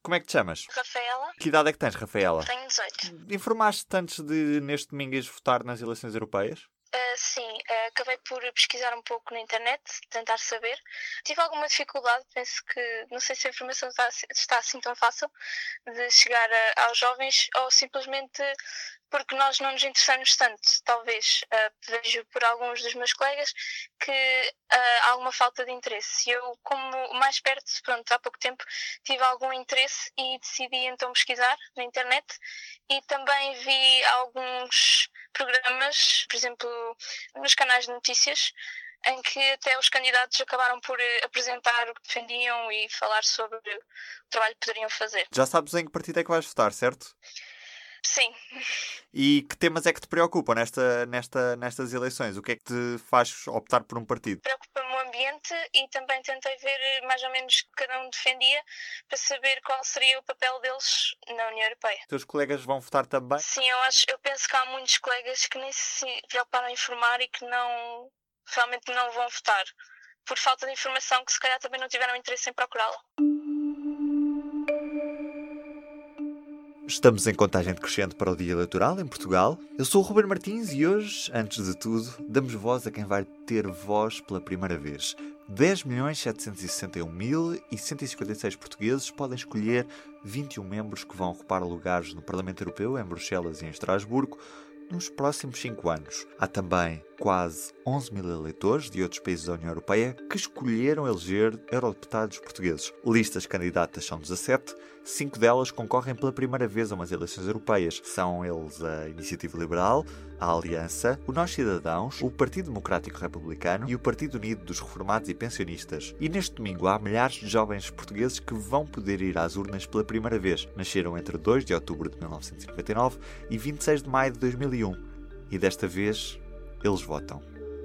Como é que te chamas? Rafaela. Que idade é que tens, Rafaela? Tenho 18. Informaste-te antes de, neste domingo, ires votar nas eleições europeias? Sim, acabei por pesquisar um pouco na internet, tentar saber. Tive alguma dificuldade, penso que não sei se a informação está assim tão fácil de chegar aos jovens ou simplesmente porque nós não nos interessamos tanto. Talvez vejo por alguns dos meus colegas que há alguma falta de interesse. Eu, como mais perto, pronto, há pouco tempo, tive algum interesse e decidi então pesquisar na internet e também vi alguns programas, por exemplo, nos canais de notícias, em que até os candidatos acabaram por apresentar o que defendiam e falar sobre o trabalho que poderiam fazer. Já sabes em que partido é que vais votar, certo? Sim. E que temas é que te preocupam nestas eleições? O que é que te faz optar por um partido? Preocupa-me o ambiente e também tentei ver mais ou menos o que cada um defendia para saber qual seria o papel deles na União Europeia. Os teus colegas vão votar também? Sim, eu penso que há muitos colegas que nem se preocuparam em informar e que realmente não vão votar. Por falta de informação que se calhar também não tiveram interesse em procurá-la. Estamos em contagem decrescente para o dia eleitoral em Portugal. Eu sou o Ruben Martins e hoje, antes de tudo, damos voz a quem vai ter voz pela primeira vez. 10.761.156 portugueses podem escolher 21 membros que vão ocupar lugares no Parlamento Europeu, em Bruxelas e em Estrasburgo, nos próximos 5 anos. Há também quase 11.000 eleitores de outros países da União Europeia que escolheram eleger eurodeputados portugueses. Listas candidatas são 17, 5 delas concorrem pela primeira vez a umas eleições europeias. São eles a Iniciativa Liberal, a Aliança, o Nós Cidadãos, o Partido Democrático Republicano e o Partido Unido dos Reformados e Pensionistas. E neste domingo há milhares de jovens portugueses que vão poder ir às urnas pela primeira vez. Nasceram entre 2 de outubro de 1999 e 26 de maio de 2001. E desta vez, eles votam.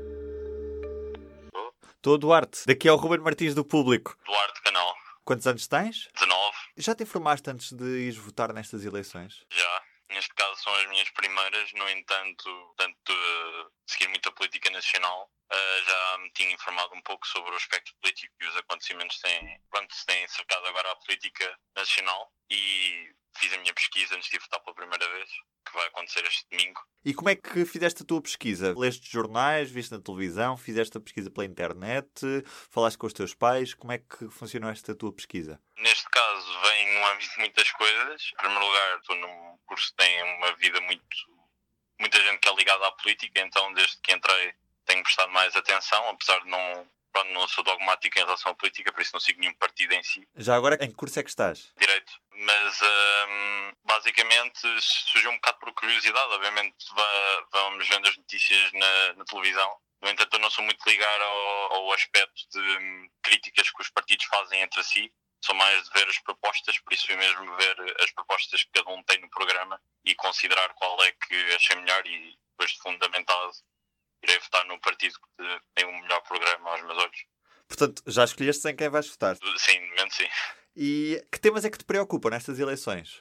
Estou, Duarte. Daqui é o Ruben Martins do Público. Duarte Canal. Quantos anos tens? 19. Já te informaste antes de ires votar nestas eleições? Já. Neste caso são as minhas primeiras, no entanto, tanto seguir muito a política nacional, já me tinha informado um pouco sobre o aspecto político e os acontecimentos quanto se têm cercado agora à política nacional e fiz a minha pesquisa antes de votar pela primeira vez, que vai acontecer este domingo. E como é que fizeste a tua pesquisa? Leste jornais, viste na televisão, fizeste a pesquisa pela internet, falaste com os teus pais? Como é que funcionou esta tua pesquisa? Neste caso, vem no âmbito de muitas coisas. Em primeiro lugar, estou num curso que tem uma vida muita gente que é ligada à política, então desde que entrei tenho prestado mais atenção, apesar de não sou dogmático em relação à política, por isso não sigo nenhum partido em si. Já agora, em que curso é que estás? Direito. Mas, basicamente, surgiu um bocado por curiosidade. Obviamente, vamos vendo as notícias na televisão. No entanto, eu não sou muito ligado ao aspecto de críticas que os partidos fazem entre si. Sou mais de ver as propostas, por isso fui mesmo ver as propostas que cada um tem no programa e considerar qual é que achei melhor e depois de fundamentado irei votar no partido que tem um melhor programa aos meus olhos. Portanto, já escolheste em quem vais votar? Sim, de momento sim. E que temas é que te preocupam nestas eleições?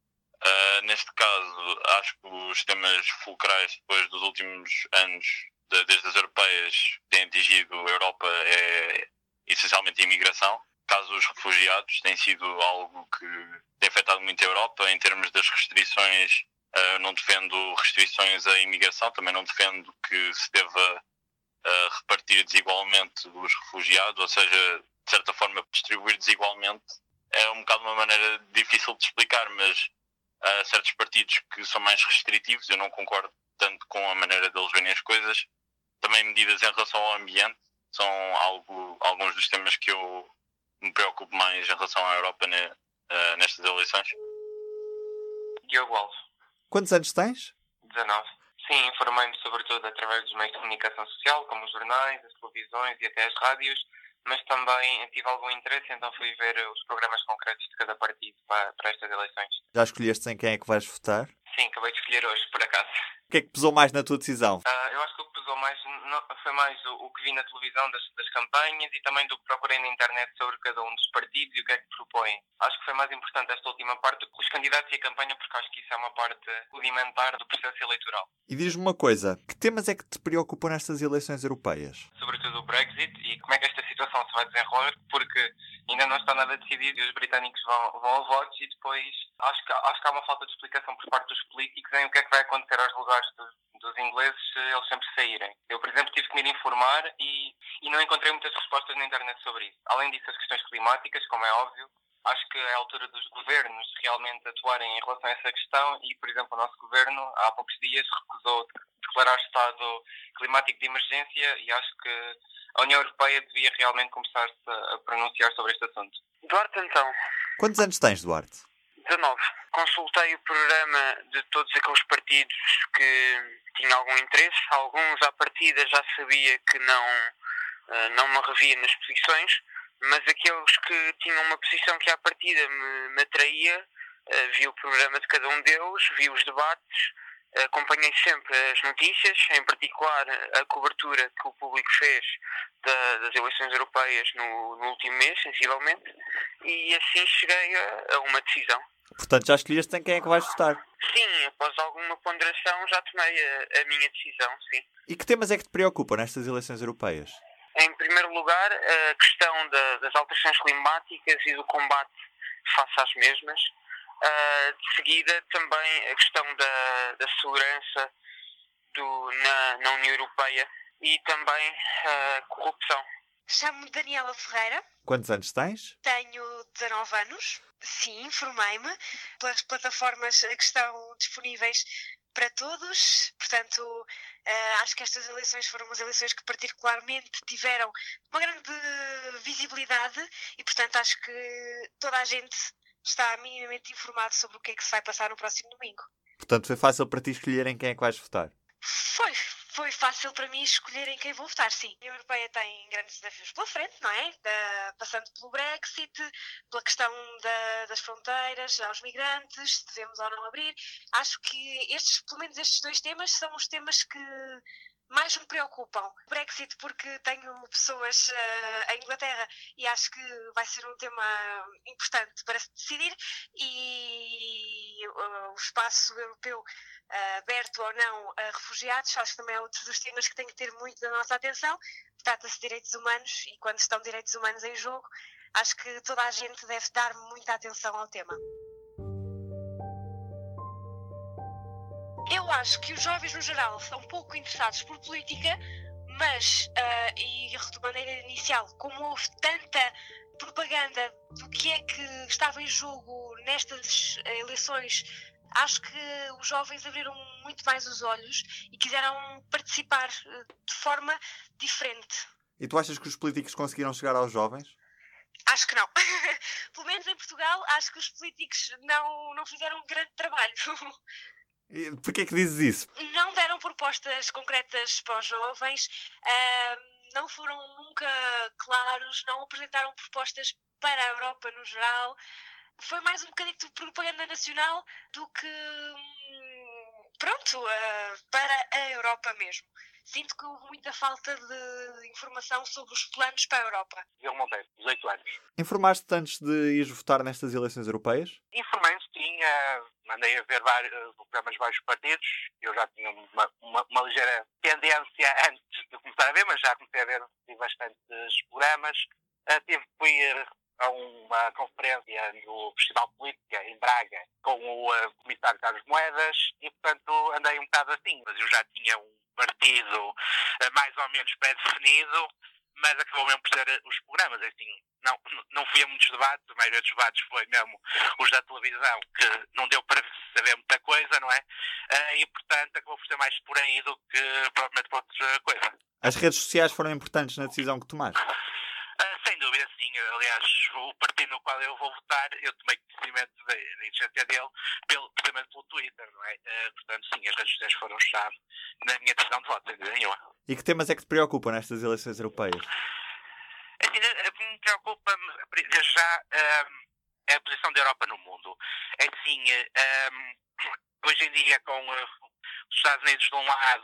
Neste caso, acho que os temas fulcrais depois dos últimos anos, desde as europeias, que têm atingido a Europa é essencialmente a imigração. Caso os refugiados, tem sido algo que tem afetado muito a Europa em termos das restrições. Não defendo restrições à imigração, também não defendo que se deva repartir desigualmente os refugiados, ou seja, de certa forma distribuir desigualmente. É um bocado uma maneira difícil de explicar, mas há certos partidos que são mais restritivos, eu não concordo tanto com a maneira deles verem as coisas. Também medidas em relação ao ambiente são alguns dos temas que eu me preocupo mais em relação à Europa nestas eleições. Diogo Alves. Quantos anos tens? 19. Sim, informei-me sobretudo através dos meios de comunicação social, como os jornais, as televisões e até as rádios, mas também tive algum interesse, então fui ver os programas concretos de cada partido para estas eleições. Já escolheste em quem é que vais votar? Sim, acabei de escolher hoje, por acaso. O que é que pesou mais na tua decisão? Eu acho que o que pesou mais foi mais o que vi na televisão das campanhas e também do que procurei na internet sobre cada um dos partidos e o que é que propõem. Acho que foi mais importante esta última parte do que os candidatos e a campanha, porque acho que isso é uma parte rudimentar do processo eleitoral. E diz-me uma coisa, que temas é que te preocupam nestas eleições europeias? Sobretudo o Brexit e como é que esta situação se vai desenrolar, porque ainda não está nada decidido e os britânicos vão a votos e depois acho que há uma falta de explicação por parte dos políticos em o que é que vai acontecer aos lugares dos ingleses se eles sempre saírem. Eu, por exemplo, tive que me informar e não encontrei muitas respostas na internet sobre isso. Além disso, as questões climáticas, como é óbvio, acho que é a altura dos governos realmente atuarem em relação a essa questão e, por exemplo, o nosso governo, há poucos dias, recusou declarar estado climático de emergência e acho que a União Europeia devia realmente começar-se a pronunciar sobre este assunto. Duarte, então. Quantos anos tens, Duarte? 19. Consultei o programa de todos aqueles partidos que tinham algum interesse. Alguns, à partida, já sabia que não me revia nas posições, mas aqueles que tinham uma posição que, à partida, me atraía, vi o programa de cada um deles, vi os debates, acompanhei sempre as notícias, em particular a cobertura que o público fez das eleições europeias no último mês, sensivelmente, e assim cheguei a uma decisão. Portanto, já escolheste em quem é que vais votar? Sim, após alguma ponderação já tomei a minha decisão, sim. E que temas é que te preocupam nestas eleições europeias? Em primeiro lugar, a questão das alterações climáticas e do combate face às mesmas. De seguida, também a questão da segurança na União Europeia e também a corrupção. Chamo-me Daniela Ferreira. Quantos anos tens? Tenho 19 anos. Sim, informei-me pelas plataformas que estão disponíveis para todos. Portanto, acho que estas eleições foram umas eleições que particularmente tiveram uma grande visibilidade e, portanto, acho que toda a gente está minimamente informado sobre o que é que se vai passar no próximo domingo. Portanto, foi fácil para ti escolher em quem é que vais votar? Foi fácil para mim escolher em quem vou votar, sim. A União Europeia tem grandes desafios pela frente, não é? Passando pelo Brexit, pela questão das fronteiras, aos migrantes, se devemos ou não abrir. Acho que pelo menos estes dois temas são os temas que mais me preocupam. O Brexit porque tenho pessoas em Inglaterra e acho que vai ser um tema importante para se decidir e o espaço europeu aberto ou não a refugiados, acho que também é outro dos temas que tem que ter muito da nossa atenção. Trata-se de direitos humanos e quando estão direitos humanos em jogo, acho que toda a gente deve dar muita atenção ao tema. Eu acho que os jovens no geral são pouco interessados por política, mas, e de maneira inicial, como houve tanta propaganda do que é que estava em jogo nestas eleições, acho que os jovens abriram muito mais os olhos e quiseram participar de forma diferente. E tu achas que os políticos conseguiram chegar aos jovens? Acho que não. Pelo menos em Portugal, acho que os políticos não fizeram um grande trabalho. E porquê é que dizes isso? Não deram propostas concretas para os jovens, não foram nunca claros, não apresentaram propostas para a Europa no geral. Foi mais um bocadinho de propaganda nacional do que, para a Europa mesmo. Sinto que houve muita falta de informação sobre os planos para a Europa. Eu montei, 18 anos. Informaste-te antes de ires votar nestas eleições europeias? Informei-me, sim, mandei a ver programas de vários partidos. Eu já tinha uma ligeira tendência antes de começar a ver, mas já comecei a ver bastantes programas. Fui a uma conferência no Festival de Política em Braga com o comissário Carlos Moedas e, portanto, andei um bocado assim. Mas eu já tinha um partido mais ou menos pré-definido, mas acabou mesmo por ser os programas. Assim, não fui a muitos debates, a maioria dos debates foi mesmo os da televisão, que não deu para saber muita coisa, não é? E, portanto, acabou por ser mais por aí do que provavelmente por outra coisa. As redes sociais foram importantes na decisão que tomaste? Sem dúvida, sim. Aliás, o partido no qual eu vou votar, eu tomei conhecimento da existência dele precisamente pelo Twitter, não é? Portanto, sim, as redes sociais foram chave na minha decisão de voto, sem dúvida nenhuma. E que temas é que te preocupam nestas eleições europeias? Assim, me preocupa-me, desde já, a posição da Europa no mundo. É assim, hoje em dia, com os Estados Unidos de um lado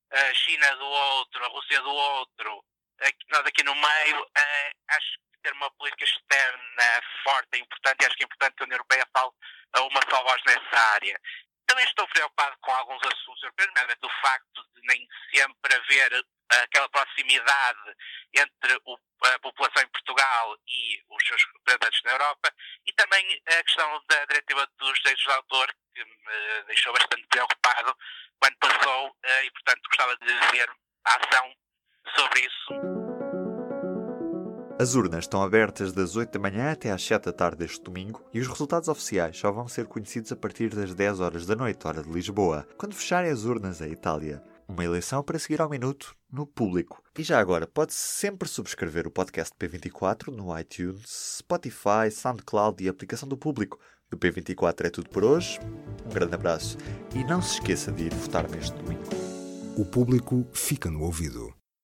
a China do outro, a Rússia do outro, nós aqui no meio, acho que ter uma política externa forte é importante, e acho que é importante que a União Europeia fale a uma só voz nessa área. Também estou preocupado com alguns assuntos europeus, nomeadamente o facto de nem sempre haver aquela proximidade entre a população em Portugal e os seus representantes na Europa, e também a questão da diretiva dos direitos de autor, que me deixou bastante preocupado quando passou, e portanto gostava de ver a ação sobre isso. As urnas estão abertas das 8 da manhã até às 7 da tarde deste domingo e os resultados oficiais só vão ser conhecidos a partir das 10 horas da noite, hora de Lisboa, quando fecharem as urnas em Itália. Uma eleição para seguir ao minuto no Público. E já agora, pode sempre subscrever o podcast P24 no iTunes, Spotify, SoundCloud e a aplicação do Público. Do P24 é tudo por hoje. Um grande abraço e não se esqueça de ir votar neste domingo. O Público fica no ouvido.